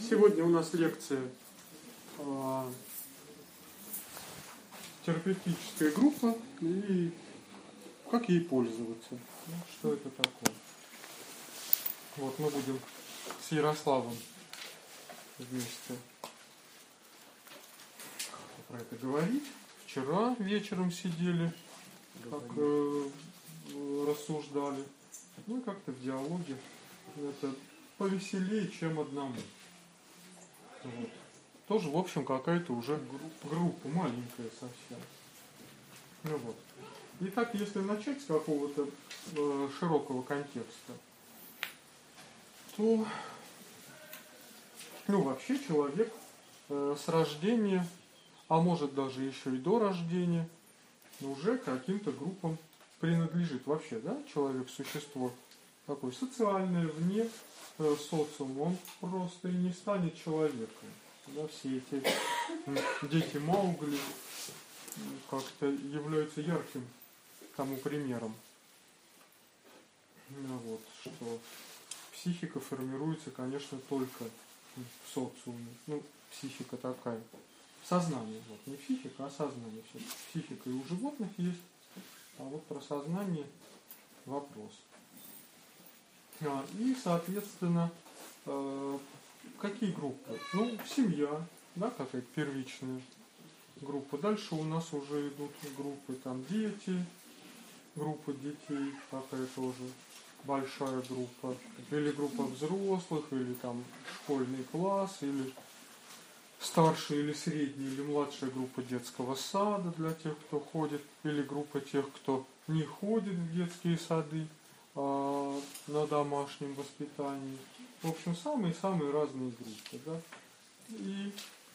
Сегодня у нас лекция терапевтическая группа и как ей пользоваться. Что это такое? Вот мы будем с Ярославом вместе про это говорить. Вчера вечером сидели, как рассуждали. Ну и как-то в диалоге это повеселее, чем одному. Вот. Тоже, в общем, какая-то уже группа маленькая совсем. Ну вот. Итак, если начать с какого-то широкого контекста, то вообще человек с рождения, а может даже еще и до рождения, уже каким-то группам принадлежит. Вообще, да, человек существо такое социальное, вне социума, он просто и не станет человеком. Да, все эти дети Маугли как-то являются ярким тому примером. Вот, что психика формируется, конечно, только в социуме. Психика такая. Сознание. Вот, не психика, а сознание. Психика и у животных есть, а вот про сознание вопрос. И, соответственно, какие группы? Семья, да, какая-то первичная группа. Дальше у нас уже идут группы, там, дети, группа детей, такая тоже большая группа. Или группа взрослых, или там школьный класс, или старшая или средняя, или младшая группа детского сада для тех, кто ходит, или группа тех, кто не ходит в детские сады, на домашнем воспитании. В общем, самые-самые разные группы. Да? И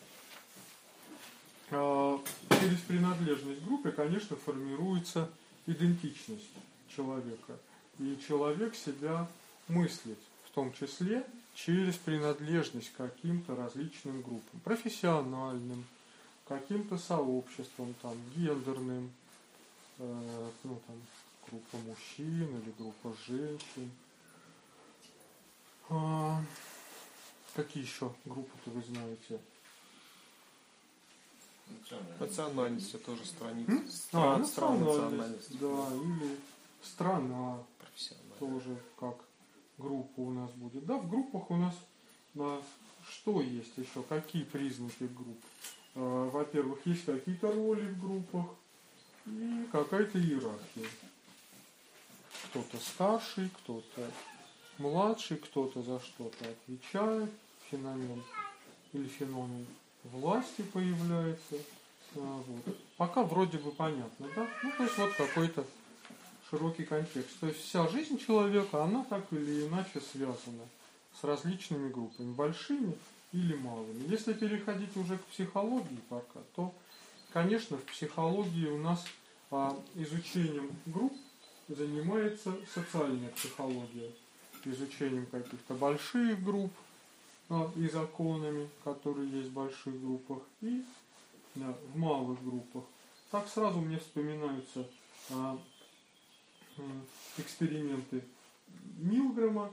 через принадлежность к группе, конечно, формируется идентичность человека. И человек себя мыслит, в том числе через принадлежность к каким-то различным группам. Профессиональным, каким-то сообществам, там, гендерным, группа мужчин или группа женщин. Какие еще группы-то вы знаете? Национальность тоже страница. Национальность, да, или страна тоже как группа у нас будет. Да, в группах у нас что есть еще? Какие признаки групп? Во-первых, есть какие-то роли в группах и какая-то иерархия. Кто-то старший, кто-то младший, кто-то за что-то отвечает. Феномен власти появляется. Вот. Пока вроде бы понятно, да? То есть вот какой-то широкий контекст. То есть вся жизнь человека, она так или иначе связана с различными группами, большими или малыми. Если переходить уже к психологии пока, то, конечно, в психологии у нас изучением групп занимается социальная психология, изучением каких-то больших групп и законами, которые есть в больших группах, и в малых группах. Так сразу мне вспоминаются эксперименты Милгрэма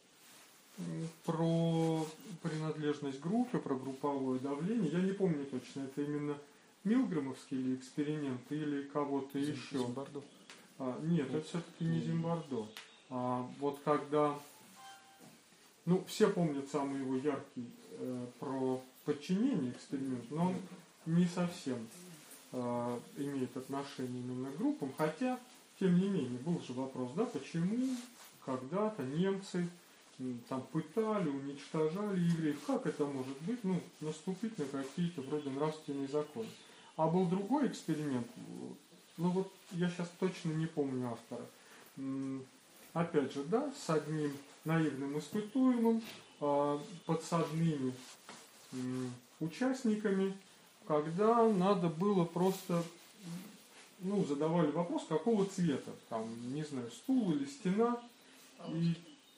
про принадлежность к группе, про групповое давление. Я не помню точно, это именно милгрэмовский или эксперимент, или кого-то еще. Зимбардо? Нет, это все-таки не Зимбардо. Вот когда... все помнят самый его яркий про подчинение эксперимент, но он не совсем имеет отношение именно к группам, хотя, тем не менее, был же вопрос, да, почему когда-то немцы там пытали, уничтожали евреев, как это может быть, наступить на какие-то вроде нравственные законы. А был другой эксперимент, я сейчас точно не помню автора, опять же, да, с одним наивным испытуемым, подсадными участниками, когда надо было просто, задавали вопрос, какого цвета, там, не знаю, стул или стена, и...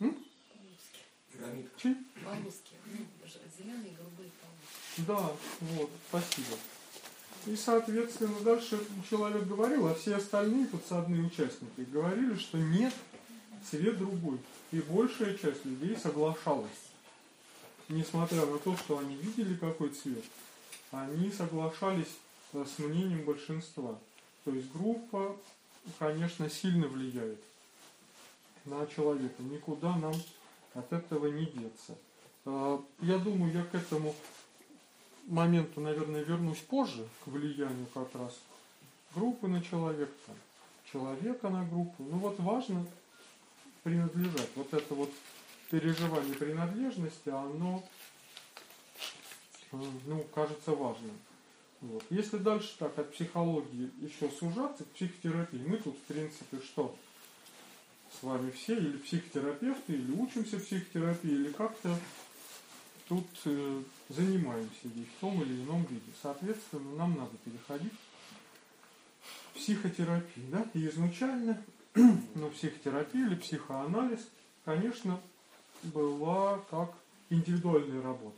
Полоски. Зеленые и голубые полоски. Да, вот, спасибо. И, соответственно, дальше человек говорил, а все остальные подсадные участники говорили, что нет, цвет другой. И большая часть людей соглашалась. несмотря на то, что они видели какой цвет, они соглашались с мнением большинства. То есть группа, конечно, сильно влияет на человека. Никуда нам от этого не деться. Я думаю, я к этому моменту, наверное, вернусь позже, к влиянию как раз группы на человека, человека на группу. Ну вот важно принадлежать. Вот это вот переживание принадлежности, оно, кажется важным. Вот. Если дальше так от психологии еще сужаться к психотерапии, мы тут, в принципе, что? С вами все или психотерапевты, или учимся психотерапии, или как-то тут занимаемся ей в том или ином виде. Соответственно, нам надо переходить в психотерапию. Да? И изначально психотерапия или психоанализ, конечно, была как индивидуальная работа.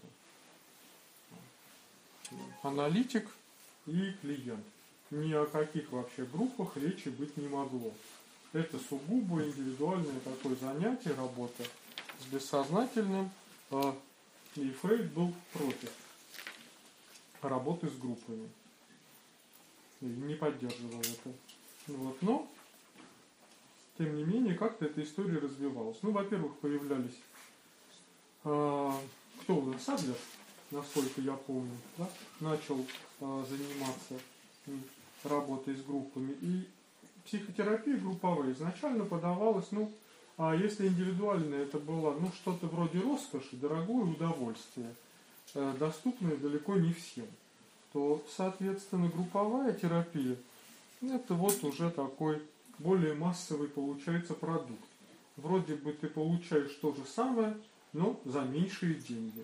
Аналитик и клиент. Ни о каких вообще группах речи быть не могло. Это сугубо индивидуальное такое занятие, работа с бессознательным. И Фрейд был против работы с группами. И не поддерживал это. Вот. Но, тем не менее, как-то эта история развивалась. Во-первых, появлялись... кто у нас? Адлер, насколько я помню, да? Начал заниматься работой с группами. И психотерапия групповая изначально подавалась, а если индивидуально это было что-то вроде роскоши, дорогое удовольствие, доступное далеко не всем, то, соответственно, групповая терапия это вот уже такой более массовый получается продукт. Вроде бы ты получаешь то же самое, но за меньшие деньги.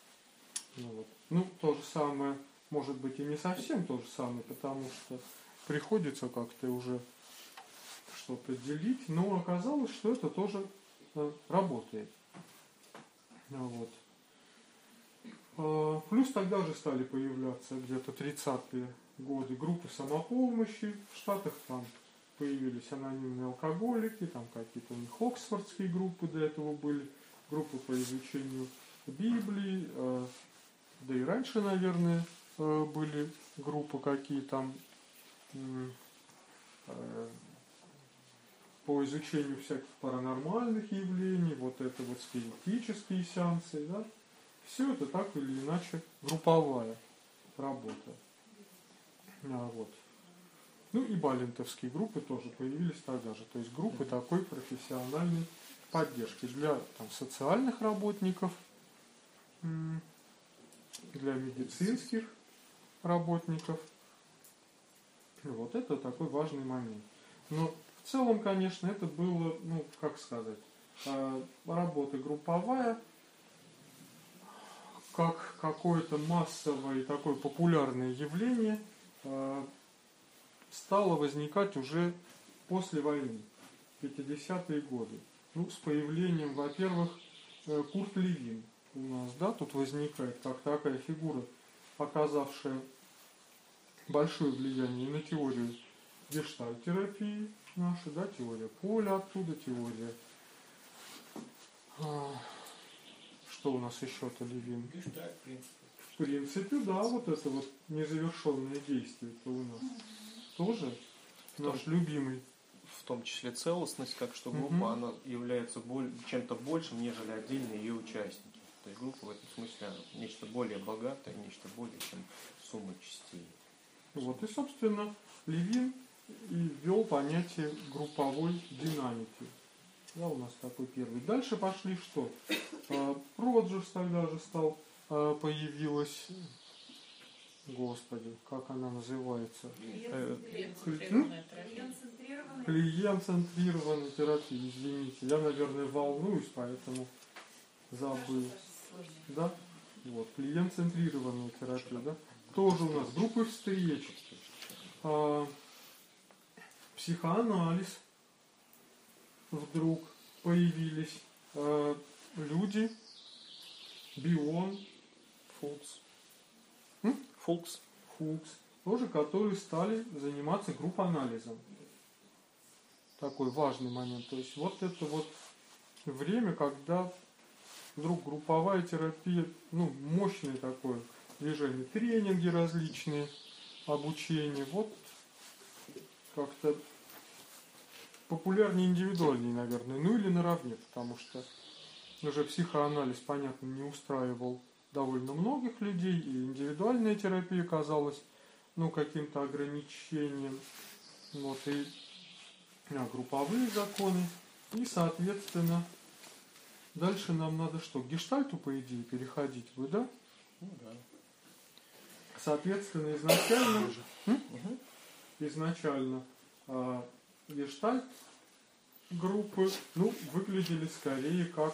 То же самое, может быть, и не совсем то же самое, потому что приходится как-то уже что-то делить, но оказалось, что это тоже работает. Плюс тогда же стали появляться где-то 30-е годы группы самопомощи. В Штатах там появились анонимные алкоголики, там какие-то у них оксфордские группы до этого были, группы по изучению Библии, да и раньше, наверное, были группы какие там по изучению всяких паранормальных явлений, вот это вот спиритические сеансы, да? Все это так или иначе групповая работа. И балентовские группы тоже появились тогда же. То есть группы такой профессиональной поддержки для социальных работников, для медицинских работников. Вот это такой важный момент. Но в целом, конечно, это было, работа групповая, как какое-то массовое и такое популярное явление стало возникать уже после войны, 50-е годы. С появлением, во-первых, Курт Левин у нас, да, тут возникает как такая фигура, оказавшая большое влияние на теорию гештальт-терапии нашей, да, теория поля оттуда, теория... Что у нас еще-то Левин? Гештальт, в принципе, да, вот это вот незавершенное действие-то у нас тоже наш любимый. В том числе целостность, как что группа, она является чем-то большим, нежели отдельные ее участники. То есть группа в этом смысле нечто более богатое, нечто более, чем сумма частей. И, собственно, Левин и ввел понятие групповой динамики. Да, у нас такой первый. Дальше пошли что? Роджерс тогда же появилась, господи, как она называется? Клиент-центрированная терапия, извините. Я, наверное, волнуюсь, поэтому забыл. Да? Клиент-центрированная терапия, да? Тоже у нас группы встреч, психоанализ. Вдруг появились люди, Бион, Фулкс, тоже, которые стали заниматься группанализом. Такой важный момент. То есть вот это вот время, когда вдруг групповая терапия, ну, мощное такое движение, тренинги различные, обучение, вот как-то популярнее индивидуальнее, наверное, ну или наравне, потому что уже психоанализ, понятно, не устраивал довольно многих людей, и индивидуальная терапия казалась, ну, каким-то ограничением, вот, и групповые законы, и, соответственно, дальше нам надо что, к гештальту, по идее, переходить бы, да? Ну да. Соответственно, изначально гештальт группы, ну, выглядели скорее как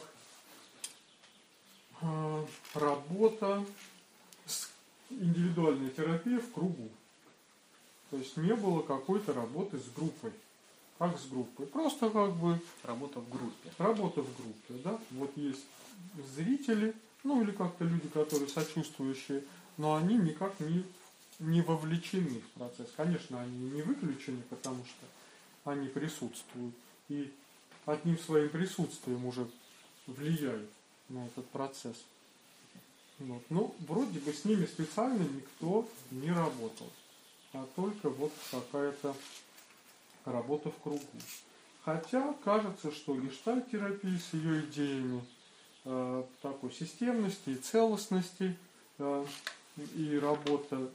работа с индивидуальной терапией в кругу. То есть не было какой-то работы с группой. Как с группой? Просто как бы... Работа в группе. Работа в группе, да. Вот есть зрители, ну или как-то люди, которые сочувствующие, но они никак не вовлечены в процесс. Конечно, они не выключены, потому что они присутствуют. И одним своим присутствием уже влияют на этот процесс. Вот. Но вроде бы с ними специально никто не работал. А только вот какая-то работа в кругу. Хотя кажется, что гештальт-терапия с ее идеями такой системности и целостности и работа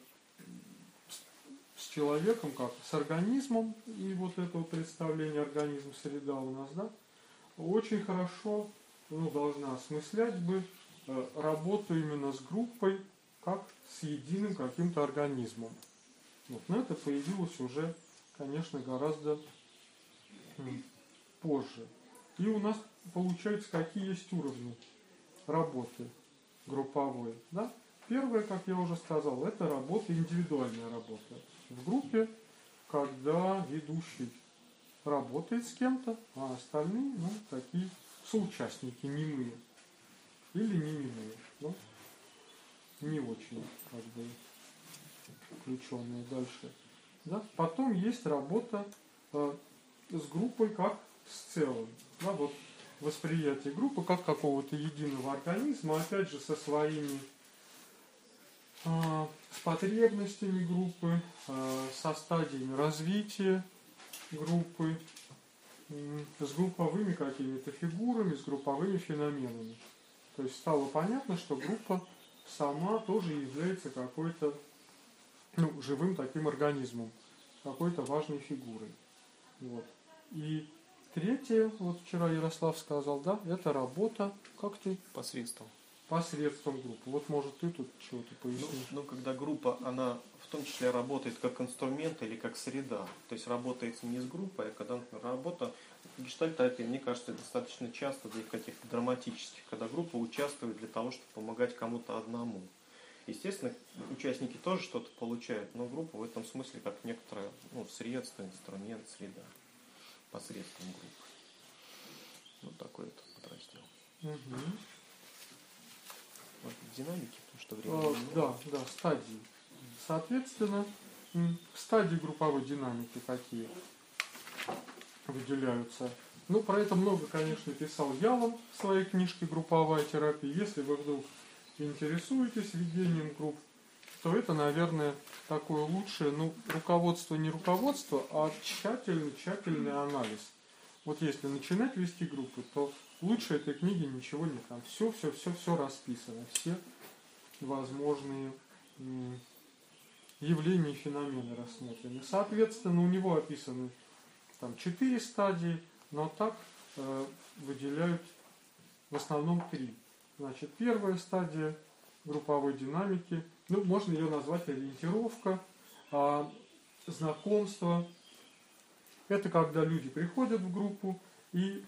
с человеком, как с организмом, и вот это вот представление организм-среда у нас, да, очень хорошо, ну, должна осмыслять бы работу именно с группой, как с единым каким-то организмом. Вот. Но это появилось уже, конечно, гораздо позже. И у нас получается, какие есть уровни работы групповой. Да? Первое, как я уже сказал, это работа, индивидуальная работа. В группе, когда ведущий работает с кем-то, а остальные, ну, такие соучастники, немые. Или не немые. Ну, не очень, как бы, включенные дальше. Да? Потом есть работа с группой как с целым. Да? Вот восприятие группы как какого-то единого организма, опять же, со своими с потребностями группы, со стадиями развития группы, с групповыми какими-то фигурами, с групповыми феноменами. То есть стало понятно, что группа сама тоже является какой-то, ну, живым таким организмом, какой-то важной фигурой. Вот. И третье, вот вчера Ярослав сказал, да, это работа, как ты? Посредством группы. Вот, может, ты тут чего-то пояснишь? Ну, когда группа, она в том числе работает как инструмент или как среда. То есть работает не с группой, а когда, например, работа в гештальт-терапии, мне кажется, достаточно часто для каких-то драматических, когда группа участвует для того, чтобы помогать кому-то одному. Естественно, участники тоже что-то получают, но группа в этом смысле как некоторое, ну, средство, инструмент, среда. Посредством группы. Вот такой вот подраздел. Угу. Вот, динамики, потому что время. Да, стадии. Соответственно, стадии групповой динамики какие выделяются. Ну, про это много, конечно, писал Ялом в своей книжке «Групповая терапия». Если вы вдруг интересуетесь ведением групп, то это, наверное, такое лучшее, ну, руководство не руководство, а тщательный анализ. Вот если начинать вести группы, то лучше этой книги ничего не там. Все расписано, все возможные явления и феномены рассмотрены. Соответственно, у него описаны там 4 стадии, но так выделяют в основном 3. Значит, первая стадия групповой динамики, ну, можно ее назвать ориентировка, знакомство. Это когда люди приходят в группу, и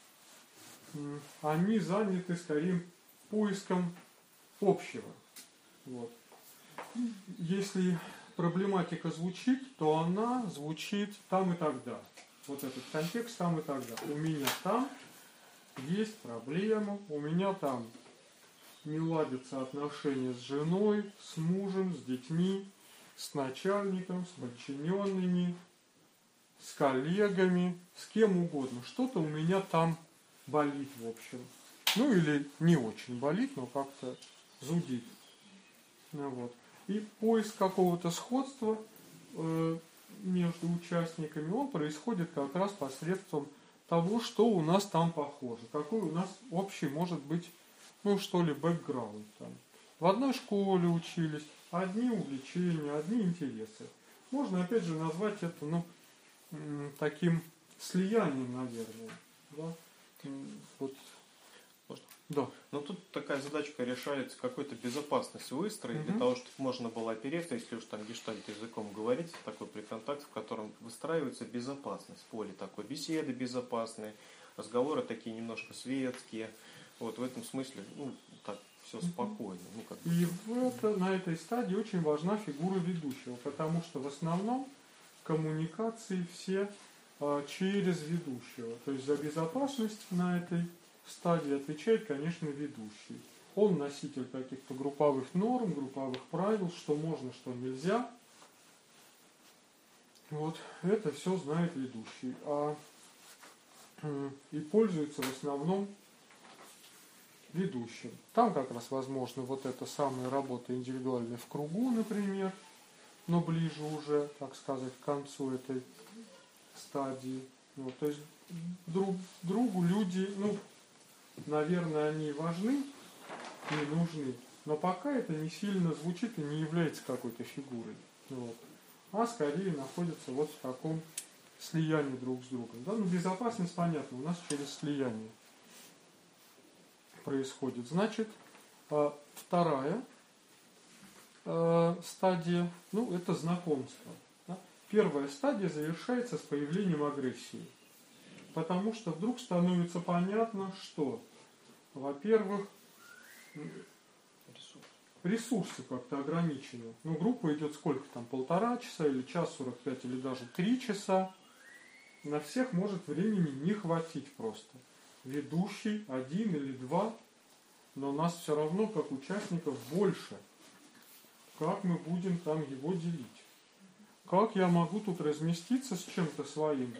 они заняты скорее поиском общего. Вот. Если проблематика звучит, то она звучит там и тогда. Вот этот контекст там и тогда. У меня там есть проблема, у меня там не ладятся отношения с женой, с мужем, с детьми, с начальником, с подчиненными, с коллегами, с кем угодно. Что-то у меня там болит, в общем. Ну или не очень болит, но как-то зудит. Ну, вот. И поиск какого-то сходства между участниками, он происходит как раз посредством того, что у нас там похоже, какой у нас общий может быть, ну что ли, бэкграунд там. В одной школе учились, одни увлечения, одни интересы. Можно опять же назвать это, ну, таким слиянием, наверное. Да? Вот. Можно? Да. Но тут такая задачка решается, какую-то безопасность выстроить, для того, чтобы можно было опереться, если уж там гештальт языком говорить, такой приконтакт, в котором выстраивается безопасность, поле такой, беседы безопасные, разговоры такие немножко светские. Вот в этом смысле, ну, так, все спокойно. Ну, как бы. И на этой стадии очень важна фигура ведущего, потому что в основном коммуникации все через ведущего. То есть за безопасность на этой стадии отвечает, конечно, ведущий. Он носитель каких-то групповых норм, групповых правил, что можно, что нельзя. Вот это все знает ведущий. И пользуется в основном ведущим. Там как раз возможно вот эта самая работа индивидуальная в кругу, например, но ближе уже, так сказать, к концу этой стадии. Вот, то есть друг другу люди, ну, наверное, они важны, не нужны, но пока это не сильно звучит и не является какой-то фигурой. Вот. А скорее находится вот в таком слиянии друг с другом. Да? Ну, безопасность, понятно, у нас через слияние происходит. Значит, вторая стадия, ну, это знакомство. Да? Первая стадия завершается с появлением агрессии. Потому что вдруг становится понятно, что, во-первых, ресурсы как-то ограничены. Ну, группа идет сколько там, 1,5 часа, или час 45, или даже 3 часа. На всех может времени не хватить просто. Ведущий, 1 или 2, но нас все равно, как участников, больше. Как мы будем там его делить? Как я могу тут разместиться с чем-то своим?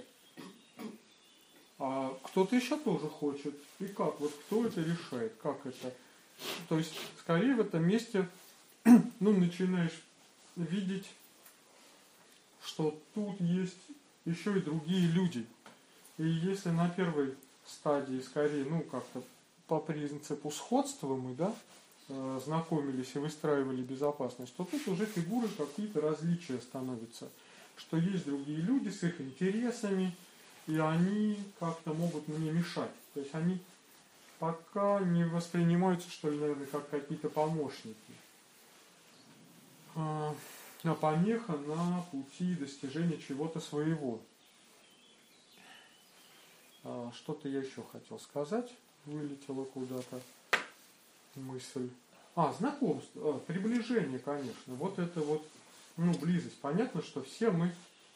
А кто-то еще тоже хочет. И как? Вот кто это решает? Как это? То есть, скорее в этом месте ну, начинаешь видеть, что тут есть еще и другие люди. И если на первой стадии, скорее, ну, как-то по принципу сходства мы, да, знакомились и выстраивали безопасность, то тут уже фигуры какие-то различия становятся. Что есть другие люди с их интересами, и они как-то могут мне мешать. То есть они пока не воспринимаются, что ли, наверное, как какие-то помощники. А помеха на пути достижения чего-то своего. Что-то я еще хотел сказать. Вылетела куда-то мысль. Знакомство, приближение, конечно. Вот это вот, ну, близость. Понятно, что все мы,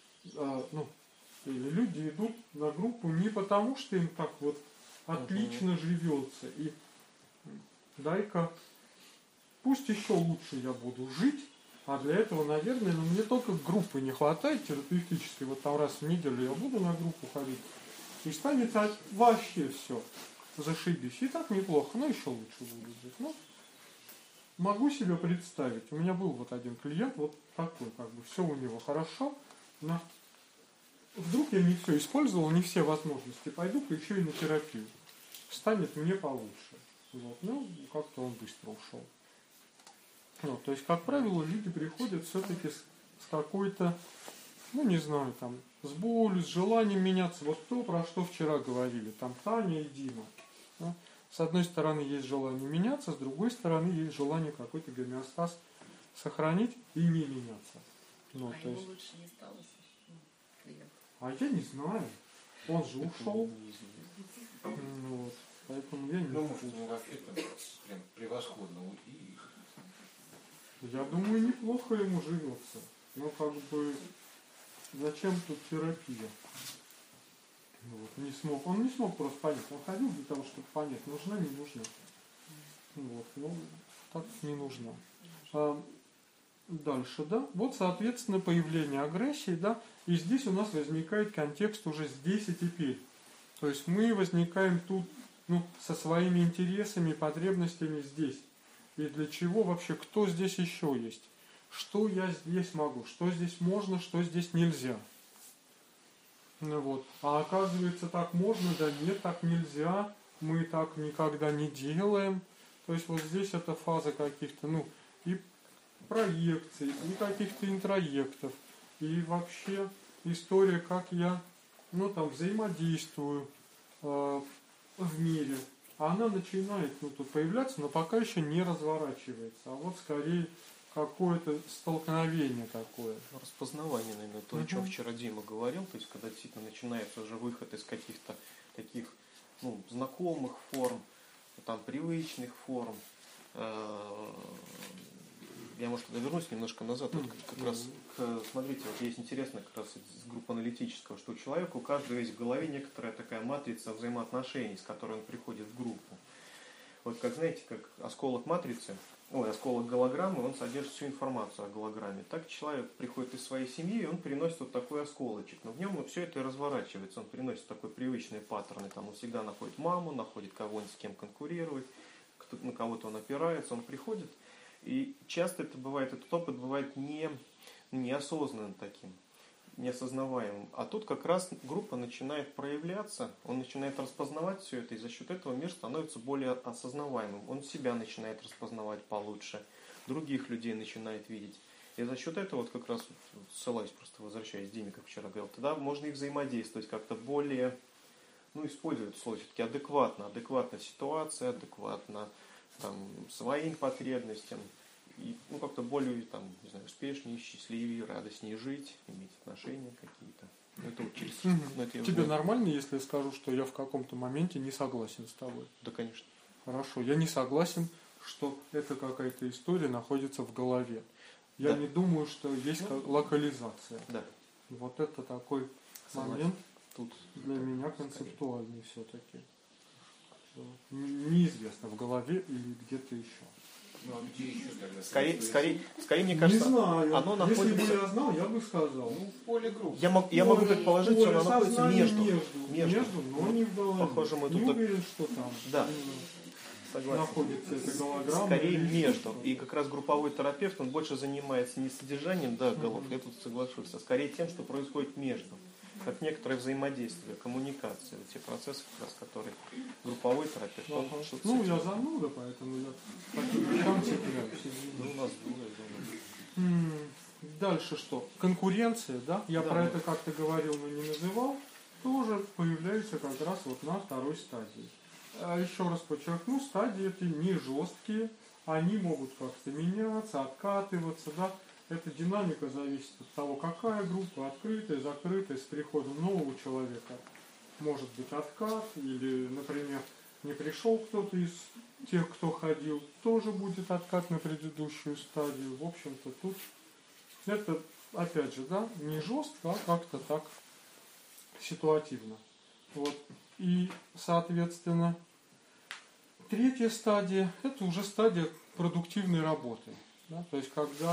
или люди идут на группу не потому, что им так вот отлично живется. И дай-ка, пусть еще лучше я буду жить, а для этого, наверное, мне только группы не хватает терапевтической. Вот там раз в неделю я буду на группу ходить. И станет вообще все. Зашибись. И так неплохо, но еще лучше буду жить. Ну, могу себе представить. У меня был вот один клиент, вот такой, как бы, все у него хорошо, но вдруг я не все использовал, не все возможности. Пойду-ка еще и на терапию. Станет мне получше. Вот. Ну, как-то он быстро ушел. Ну, то есть, как правило, люди приходят все-таки с какой-то, ну, не знаю, там, с болью, с желанием меняться. Вот то, про что вчера говорили, там, Таня и Дима. Да? С одной стороны, есть желание меняться, с другой стороны, есть желание какой-то гомеостаз сохранить и не меняться. Ну, то ему есть... лучше не стало, клиент. А я не знаю. Он же ушел. Вот. Поэтому я не знаю. Может, у вас это прям превосходно. Я думаю, неплохо ему живется. Но как бы зачем тут терапия? Вот. Он не смог просто понять. Он ходил для того, чтобы понять, нужна, не нужна. Вот. Ну, так не нужна. Дальше, да. Вот, соответственно, появление агрессии, да. И здесь у нас возникает контекст уже здесь и теперь. То есть мы возникаем тут со своими интересами, потребностями здесь. И для чего вообще, кто здесь еще есть? Что я здесь могу? Что здесь можно, что здесь нельзя? Вот. А оказывается, так можно, да нет, так нельзя. Мы так никогда не делаем. То есть вот здесь эта фаза каких-то, и проекций, и каких-то интроектов, и вообще история, как я, взаимодействую в мире. Она начинает тут появляться, но пока еще не разворачивается. А вот скорее какое-то столкновение такое. Распознавание, наверное, то, о чем вчера Дима говорил, то есть когда действительно начинается уже выход из каких-то таких знакомых форм, там привычных форм. Я, может, тогда вернусь немножко назад. Вот как раз, смотрите, вот есть интересно как раз из группы аналитического, что у человека, у каждого есть в голове некоторая такая матрица взаимоотношений, с которой он приходит в группу. Вот как, знаете, как осколок матрицы, осколок голограммы, он содержит всю информацию о голограмме. Так человек приходит из своей семьи, и он приносит вот такой осколочек. Но в нем все это и разворачивается. Он приносит такой привычные паттерны. Там он всегда находит маму, находит кого-нибудь, с кем конкурирует, на кого-то он опирается, он приходит. И часто этот опыт бывает неосознанным таким, неосознаваемым. А тут как раз группа начинает проявляться, он начинает распознавать все это, и за счет этого мир становится более осознаваемым. Он себя начинает распознавать получше, других людей начинает видеть. И за счет этого, вот как раз ссылаюсь, просто возвращаясь к Диме, как вчера говорил, тогда можно и взаимодействовать как-то более, использовать слово все-таки адекватно ситуация, адекватно своим потребностям, и как-то более успешнее, счастливее, радостнее жить, иметь отношения какие-то. Это вот через Тебе нормально, если я скажу, что я в каком-то моменте не согласен с тобой? Да, конечно. Хорошо, я не согласен, что эта какая-то история находится в голове. Я не думаю, что есть локализация. Да. Вот это такой момент тут для меня концептуальный все-таки. Неизвестно, в голове или где-то еще. Ну, а где еще тогда? Скорее, мне кажется, не знаю. Оно находится... Если бы я знал, я бы сказал. В поле группы. Я могу предположить, что оно находится между, но не в голове. Похоже, мы не тут... уверен, что там. Да. Согласен. Находится эта голограмма. Скорее между. И как раз групповой терапевт, он больше занимается не содержанием голов, я тут соглашусь, а скорее тем, что происходит между. Как некоторое взаимодействие, коммуникация, вот те процессы, как раз, которые групповой терапевт. Я зануда, поэтому я там цепляюсь. У нас было, Дальше что? Конкуренция, да? Я про это как-то говорил, но не называл. Тоже появляется как раз вот на второй стадии. Еще раз подчеркну, стадии эти не жесткие, они могут как-то меняться, откатываться, да? Эта динамика зависит от того, какая группа, открытая, закрытая, с приходом нового человека. Может быть откат, или, например, не пришел кто-то из тех, кто ходил, тоже будет откат на предыдущую стадию. В общем-то, тут это, опять же, да, не жестко, а как-то так ситуативно. Вот. И, соответственно, третья стадия – это уже стадия продуктивной работы. Да? То есть,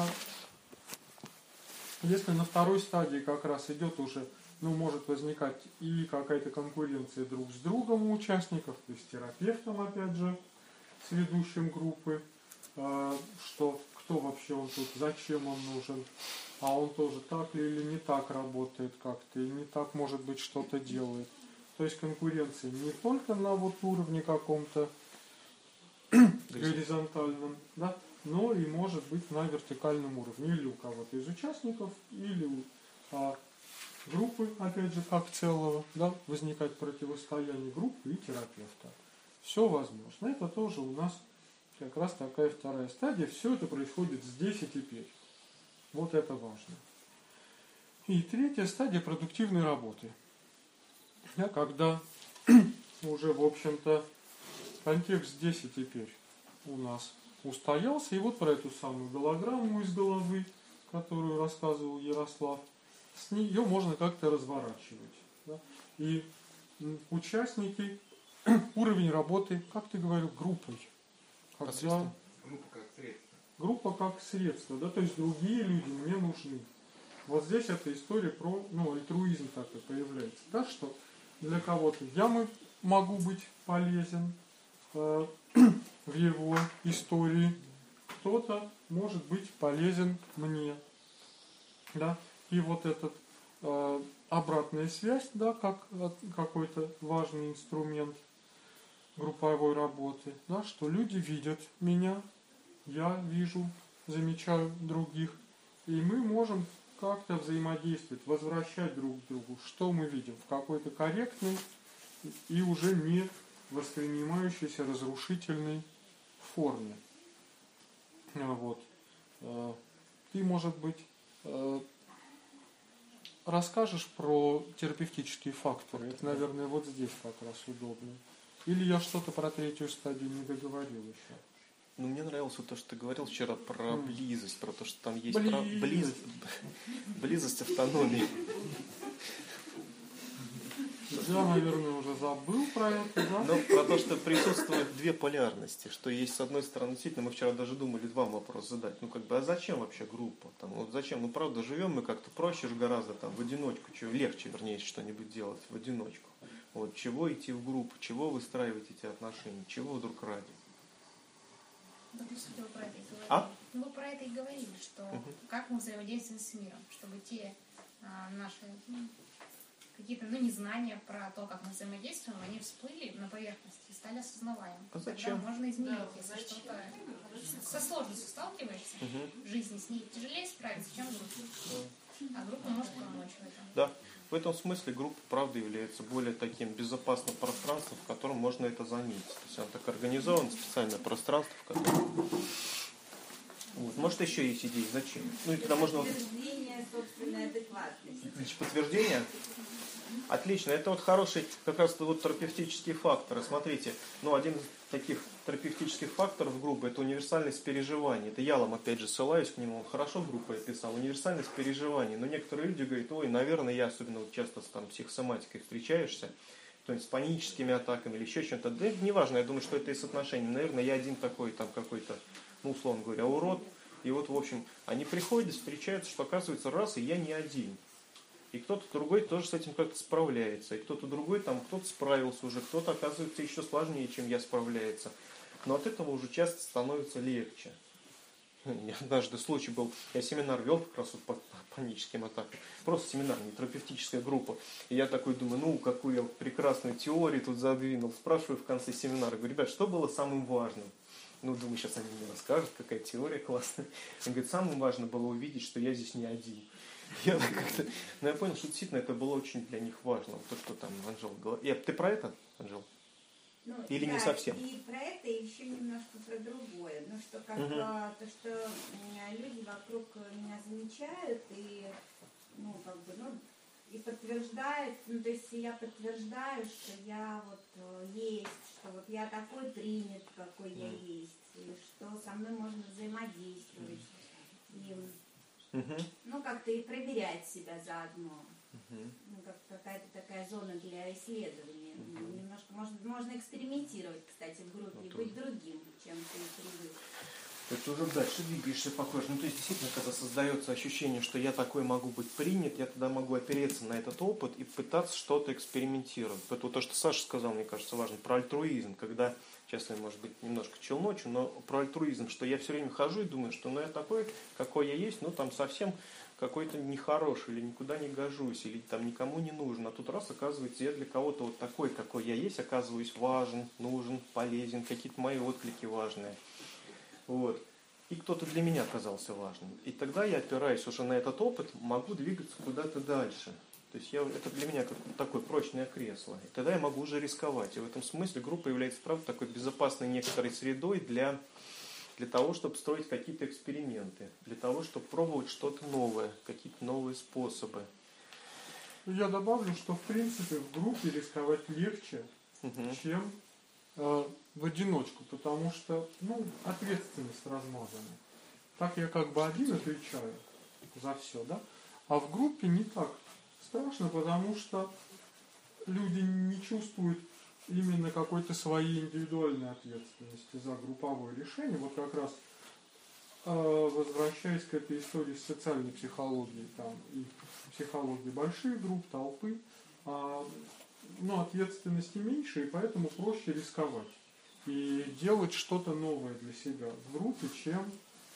если на второй стадии как раз идет уже, может возникать и какая-то конкуренция друг с другом у участников, то есть терапевтом, опять же, с ведущим группы, что кто вообще он тут, зачем он нужен, а он тоже так или не так работает как-то, и не так, может быть, что-то делает. То есть конкуренция не только на уровне каком-то горизонтальном, да, но и может быть на вертикальном уровне. Или у кого-то из участников, или у группы, опять же, как целого, да, возникать противостояние группы и терапевта. Все возможно. Это тоже у нас как раз такая вторая стадия. Все это происходит здесь и теперь. Вот это важно. И третья стадия продуктивной работы. Да, когда уже, в общем-то, контекст здесь и теперь у нас устоялся. И вот про эту самую голограмму из головы, которую рассказывал Ярослав, с нее можно как-то разворачивать. Да? И участники, уровень работы, как ты говорил, группой. Когда группа как средство, да, то есть другие люди мне нужны. Вот здесь эта история про альтруизм такой появляется, да, что для кого-то могу быть полезен в его истории, кто-то может быть полезен мне. Да? И вот этот обратная связь, да, как какой-то важный инструмент групповой работы, да, что люди видят меня, я вижу, замечаю других, и мы можем как-то взаимодействовать, возвращать друг к другу, что мы видим в какой-то корректной и уже не воспринимающейся разрушительной форме. Вот. Ты, может быть, расскажешь про терапевтические факторы? Это, наверное, вот здесь как раз удобно. Или я что-то про третью стадию не договорил еще? Ну, мне нравилось вот то, что ты говорил вчера про близость, про то, что там есть близость автономии. Я, наверное, уже забыл про это, да? Но про то, что присутствуют две полярности, что есть, с одной стороны, действительно, мы вчера даже думали вам вопрос задать, а зачем вообще группа? Вот зачем? Правда, живем мы как-то проще же гораздо, в одиночку, легче, вернее, что-нибудь делать в одиночку. Вот, чего идти в группу, чего выстраивать эти отношения, чего вдруг ради? Допустим, вы про это и говорили. Вы про это и говорили, что как мы взаимодействуем с миром, чтобы те наши какие-то незнания про то, как мы взаимодействуем, они всплыли на поверхности и стали осознаваемыми. А зачем? Тогда можно изменить, если что-то со сложностью сталкиваешься в жизни, с ней тяжелее справиться, чем группа. А группа может помочь в этом. Да. В этом смысле группа, правда, является более таким безопасным пространством, в котором можно это заметить. То есть она так организована, специальное пространство, в котором... Вот. Может, еще есть идеи, зачем? И тогда можно... Подтверждение собственной адекватности. Значит, подтверждение? Отлично. Это хороший как раз терапевтические факторы. Смотрите, один из таких терапевтических факторов группы — это универсальность переживаний. Это я вам опять же ссылаюсь к нему. Он хорошо группой описал. Универсальность переживаний. Но некоторые люди говорят: наверное, я особенно часто с психосоматикой встречаешься, то есть с паническими атаками или еще чем-то. Да неважно, я думаю, что это из отношений. Наверное, я один такой какой-то, условно говоря, урод. И в общем, они приходят, встречаются, что оказывается, и я не один. И кто-то другой тоже с этим как-то справляется. И кто-то другой кто-то справился уже, кто-то, оказывается, еще сложнее, чем я, справляется. Но от этого уже часто становится легче. Однажды случай был, я семинар вел как раз по паническим атакам. Просто семинар, не терапевтическая группа. И я такой думаю, какую я прекрасную теорию тут задвинул. Спрашиваю в конце семинара, говорю: ребят, что было самым важным? Думаю, сейчас они мне расскажут, какая теория классная. Он говорит: самым важным было увидеть, что я здесь не один. Я понял, что действительно это было очень для них важно. То, что там Анжела говорила. Ты про это, Анжела? Или да, не совсем? И про это, и еще немножко про другое. То, что люди вокруг меня замечают и, и подтверждают, то есть я подтверждаю, что я есть, что я такой принят, какой я есть, и что со мной можно взаимодействовать. И, как-то и проверять себя заодно. Как какая-то такая зона для исследования. Немножко можно экспериментировать, кстати, в группе, и быть другим, чем ты привык. Это уже дальше двигаешься по коже. То есть, действительно, когда создается ощущение, что я такой могу быть принят, я тогда могу опереться на этот опыт и пытаться что-то экспериментировать. Поэтому то, что Саша сказал, мне кажется, важно, про альтруизм, когда, сейчас я, может быть, немножко челночу, но про альтруизм, что я все время хожу и думаю, что я такой, какой я есть, совсем какой-то нехороший, или никуда не гожусь, или никому не нужен. А тут оказывается, я для кого-то такой, какой я есть, оказываюсь важен, нужен, полезен, какие-то мои отклики важные. И кто-то для меня оказался важным. И тогда я, опираясь уже на этот опыт, могу двигаться куда-то дальше. То есть это для меня как такое прочное кресло. И тогда я могу уже рисковать. И в этом смысле группа является, правда, такой безопасной некоторой средой для того, чтобы строить какие-то эксперименты, для того, чтобы пробовать что-то новое, какие-то новые способы. Я добавлю, что в принципе в группе рисковать легче, чем в одиночку, потому что ответственность размазана. Так я один отвечаю за все, да? А в группе не так страшно, потому что люди не чувствуют именно какой-то своей индивидуальной ответственности за групповое решение. Как раз возвращаясь к этой истории с социальной психологией и психологией больших групп, толпы, ответственности меньше, и поэтому проще рисковать и делать что-то новое для себя в группе, чем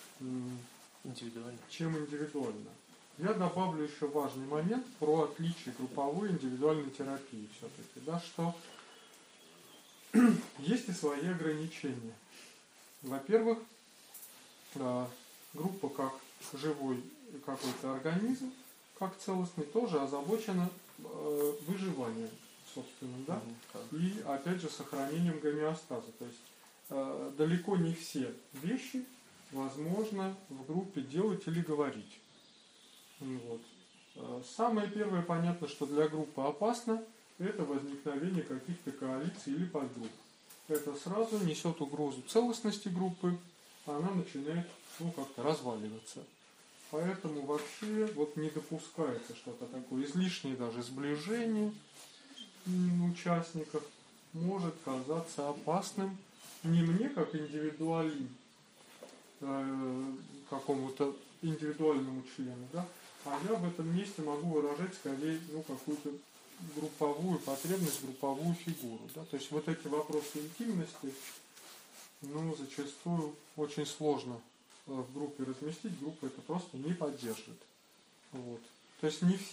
индивидуально. Я добавлю еще важный момент про отличие групповой и индивидуальной терапии все-таки, да, что есть и свои ограничения. Во-первых, группа как живой какой-то организм, как целостный, тоже озабочена выживанием собственным, да, и опять же сохранением гомеостаза. То есть далеко не все вещи возможно в группе делать или говорить. Вот. Самое первое, понятно, что для группы опасно, это возникновение каких-то коалиций или подгрупп. Это сразу несет угрозу целостности группы, она начинает как-то разваливаться. Поэтому вообще не допускается что-то такое. Излишнее даже сближение участников может казаться опасным не мне, как какому-то индивидуальному члену, да, а я в этом месте могу выражать скорее какую-то групповую потребность, групповую фигуру. Да? То есть вот эти вопросы интимности зачастую очень сложно в группе разместить, группа это просто не поддержит. Вот. То есть не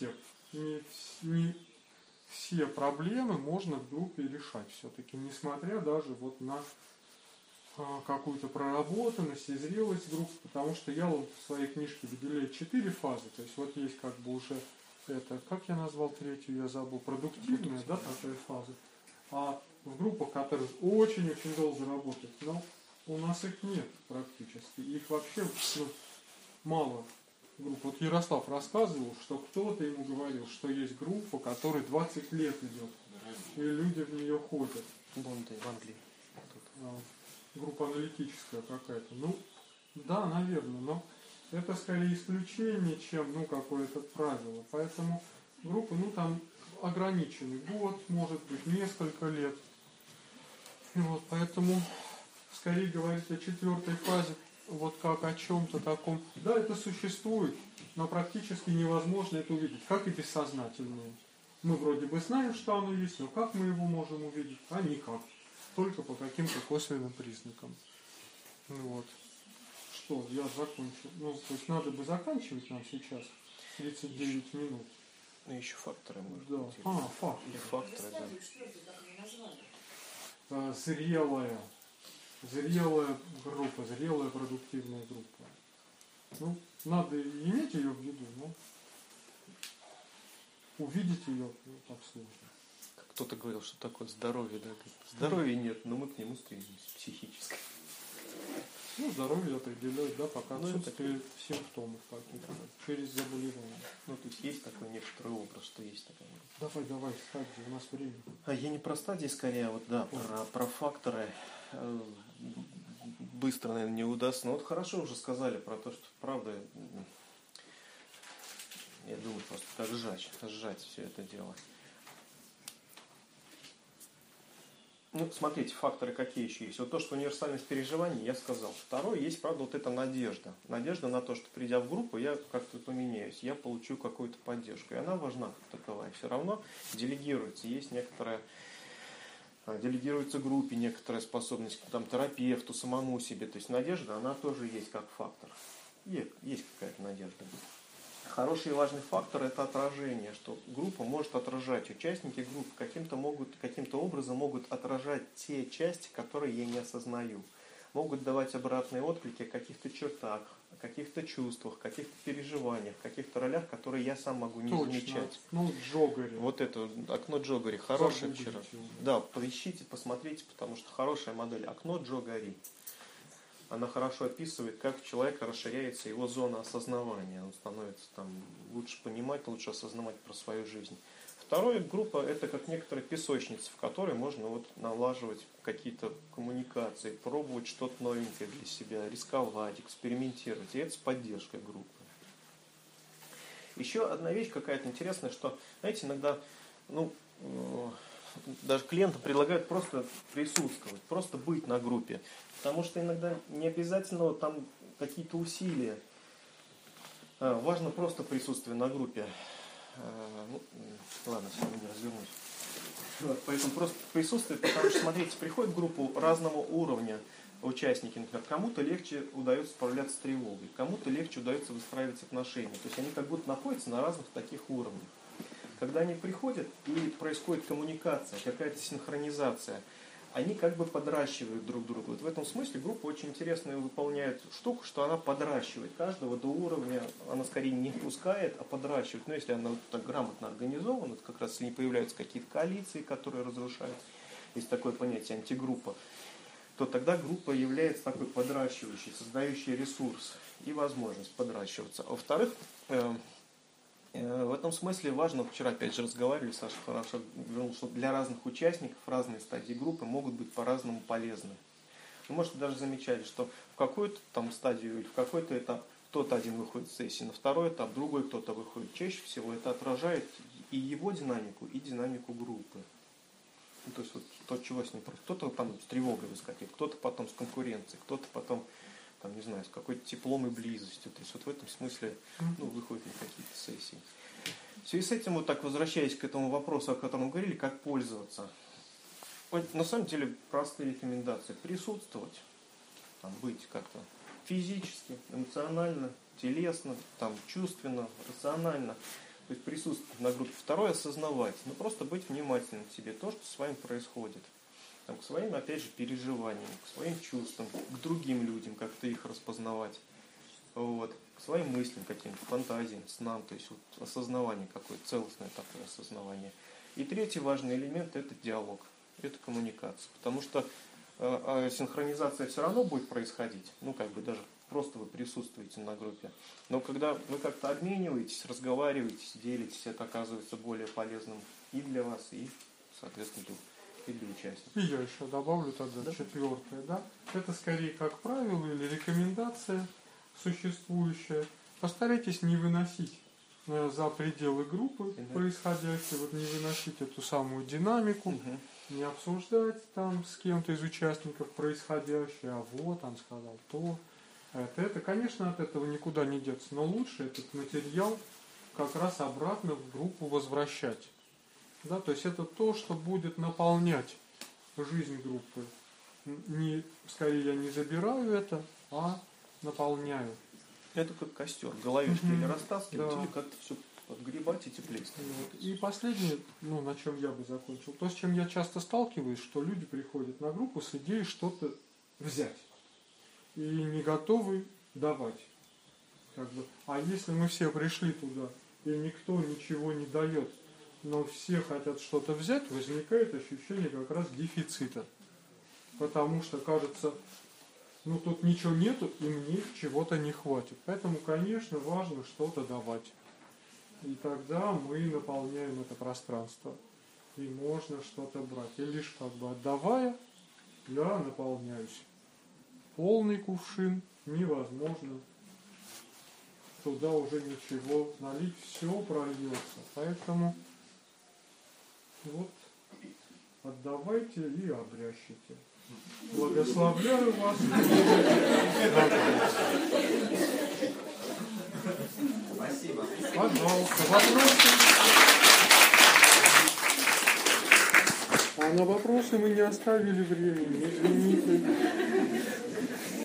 все проблемы можно в группе решать все-таки, несмотря даже на какую-то проработанность и зрелость группы, потому что я в своей книжке выделяю 4 фазы, то есть есть уже это, как я назвал третью, я забыл, продуктивная, да, такая фаза. А в группах, которые очень-очень долго работают, но у нас их нет практически, их вообще мало групп. Вот Ярослав рассказывал, что кто-то ему говорил, что есть группа, которая 20 лет идет, и люди в нее ходят. В Англии. Группа аналитическая какая-то. Да, наверное, но это скорее исключение, чем какое-то правило. Поэтому группы, там ограниченный год, может быть, несколько лет. Поэтому скорее говорить о 4-й фазе, как о чем-то таком. Да, это существует, но практически невозможно это увидеть, как и бессознательное. Мы вроде бы знаем, что оно есть, но как мы его можем увидеть? А никак. Только по каким-то косвенным признакам. Что, я закончил. То есть надо бы заканчивать нам сейчас 39 минут. Еще факторы, может быть. Факторы. Факторы, да. Зрелая группа, зрелая продуктивная группа. Надо иметь ее в виду, но увидеть ее так сложно. Кто-то говорил, что такое здоровье, да? Здоровья нет, но мы к нему стремимся, психическое. Здоровье определяют, да, пока отсутствие симптомов каких-то, через заболевания. То есть есть такой некоторый образ, что есть такая. Давай, стадии, у нас время. Я не про стадии, скорее, про факторы. Быстро, наверное, не удастся. Но хорошо уже сказали про то, что, правда, я думаю, просто так сжать все это дело. Смотрите, факторы какие еще есть. То, что универсальность переживаний, я сказал. Второе, есть, правда, эта надежда. Надежда на то, что, придя в группу, я как-то поменяюсь, я получу какую-то поддержку. И она важна как таковая. Все равно делегируется. Есть делегируется группе некоторая способность к терапевту, самому себе. То есть надежда, она тоже есть как фактор. Есть какая-то надежда. Хороший и важный фактор – это отражение, что группа может отражать, участники группы каким-то образом могут отражать те части, которые я не осознаю. Могут давать обратные отклики о каких-то чертах, о каких-то чувствах, каких-то переживаниях, каких-то ролях, которые я сам могу не замечать. Джогари. Это окно Джогари. Хорошее вчера. Да, поищите, посмотрите, потому что хорошая модель. Окно Джогари. Она хорошо описывает, как у человека расширяется его зона осознавания. Он становится лучше понимать, лучше осознавать про свою жизнь. Вторая группа – это как некоторая песочница, в которой можно налаживать какие-то коммуникации, пробовать что-то новенькое для себя, рисковать, экспериментировать. И это с поддержкой группы. Еще одна вещь какая-то интересная, что, знаете, иногда даже клиентам предлагают просто присутствовать, просто быть на группе. Потому что иногда не обязательно какие-то усилия. Важно просто присутствие на группе. Ладно, сегодня не развернусь. Вот, поэтому просто присутствие, потому что, смотрите, приходит в группу разного уровня участники, например, кому-то легче удается справляться с тревогой, кому-то легче удается выстраивать отношения. То есть они как будто находятся на разных таких уровнях. Когда они приходят и происходит коммуникация, какая-то синхронизация, они как бы подращивают друг друга. Вот в этом смысле группа очень интересную выполняет штуку, что она подращивает каждого до уровня, она скорее не пускает, а подращивает. Но если она вот так грамотно организована, то как раз если не появляются какие-то коалиции, которые разрушают, есть такое понятие антигруппа, то тогда группа является такой подращивающей, создающей ресурс и возможность подращиваться. А во-вторых, в этом смысле важно, вчера опять же разговаривали, Саша хорошо говорил, что для разных участников разные стадии группы могут быть по-разному полезны. Вы можете даже замечать, что в какую-то там стадию или в какой-то этап кто-то один выходит с сессии, на второй этап другой кто-то выходит. Чаще всего это отражает и его динамику, и динамику группы. Ну, то есть вот то, чего с ним происходит. Кто-то там с тревогой выскакивает, кто-то потом с конкуренцией, кто-то потом, там, не знаю, с какой-то теплом и близостью. То есть вот в этом смысле выходит на какие-то сессии. В связи с этим, вот так возвращаясь к этому вопросу, о котором мы говорили, как пользоваться. Вот, на самом деле простые рекомендации. Присутствовать, там, быть как-то физически, эмоционально, телесно, там, чувственно, рационально. То есть присутствовать на группе. Второе, осознавать. Ну, просто быть внимательным к себе. То, что с вами происходит. Там, к своим, опять же, переживаниям, к своим чувствам, к другим людям, как-то их распознавать. Вот. К своим мыслям каким-то, фантазиям, снам. То есть вот осознавание какое-то, целостное такое осознавание. И третий важный элемент – это диалог. Это коммуникация. Потому что синхронизация все равно будет происходить. Ну, как бы даже просто вы присутствуете на группе. Но когда вы как-то обмениваетесь, разговариваетесь, делитесь, это оказывается более полезным и для вас, и, соответственно, и для участников. И я еще добавлю тогда четвертое, да? Это скорее как правило или рекомендация существующая. Постарайтесь не выносить за пределы группы происходящее, вот не выносить эту самую динамику, не обсуждать там с кем-то из участников происходящее, а вот он сказал то. Это, конечно, от этого никуда не деться, но лучше этот материал как раз обратно в группу возвращать. Да, то есть это то, что будет наполнять жизнь группы. Скорее я не забираю это, а наполняю. Это как костер. Головешки или растаскивать, или как-то все подгребать и теплее. Вот. И последнее, на чем я бы закончил, то, с чем я часто сталкиваюсь, что люди приходят на группу с идеей что-то взять. И не готовы давать. А если мы все пришли туда, и никто ничего не дает, но все хотят что-то взять, возникает ощущение как раз дефицита. Потому что кажется, тут ничего нету, и мне чего-то не хватит. Поэтому, конечно, важно что-то давать. И тогда мы наполняем это пространство. И можно что-то брать. И лишь отдавая, я наполняюсь. Полный кувшин невозможно. Туда уже ничего налить, все прольется. Поэтому отдавайте и обрящите. Благословляю вас. Спасибо. Пожалуйста, вопросы? А на вопросы мы не оставили времени, извините.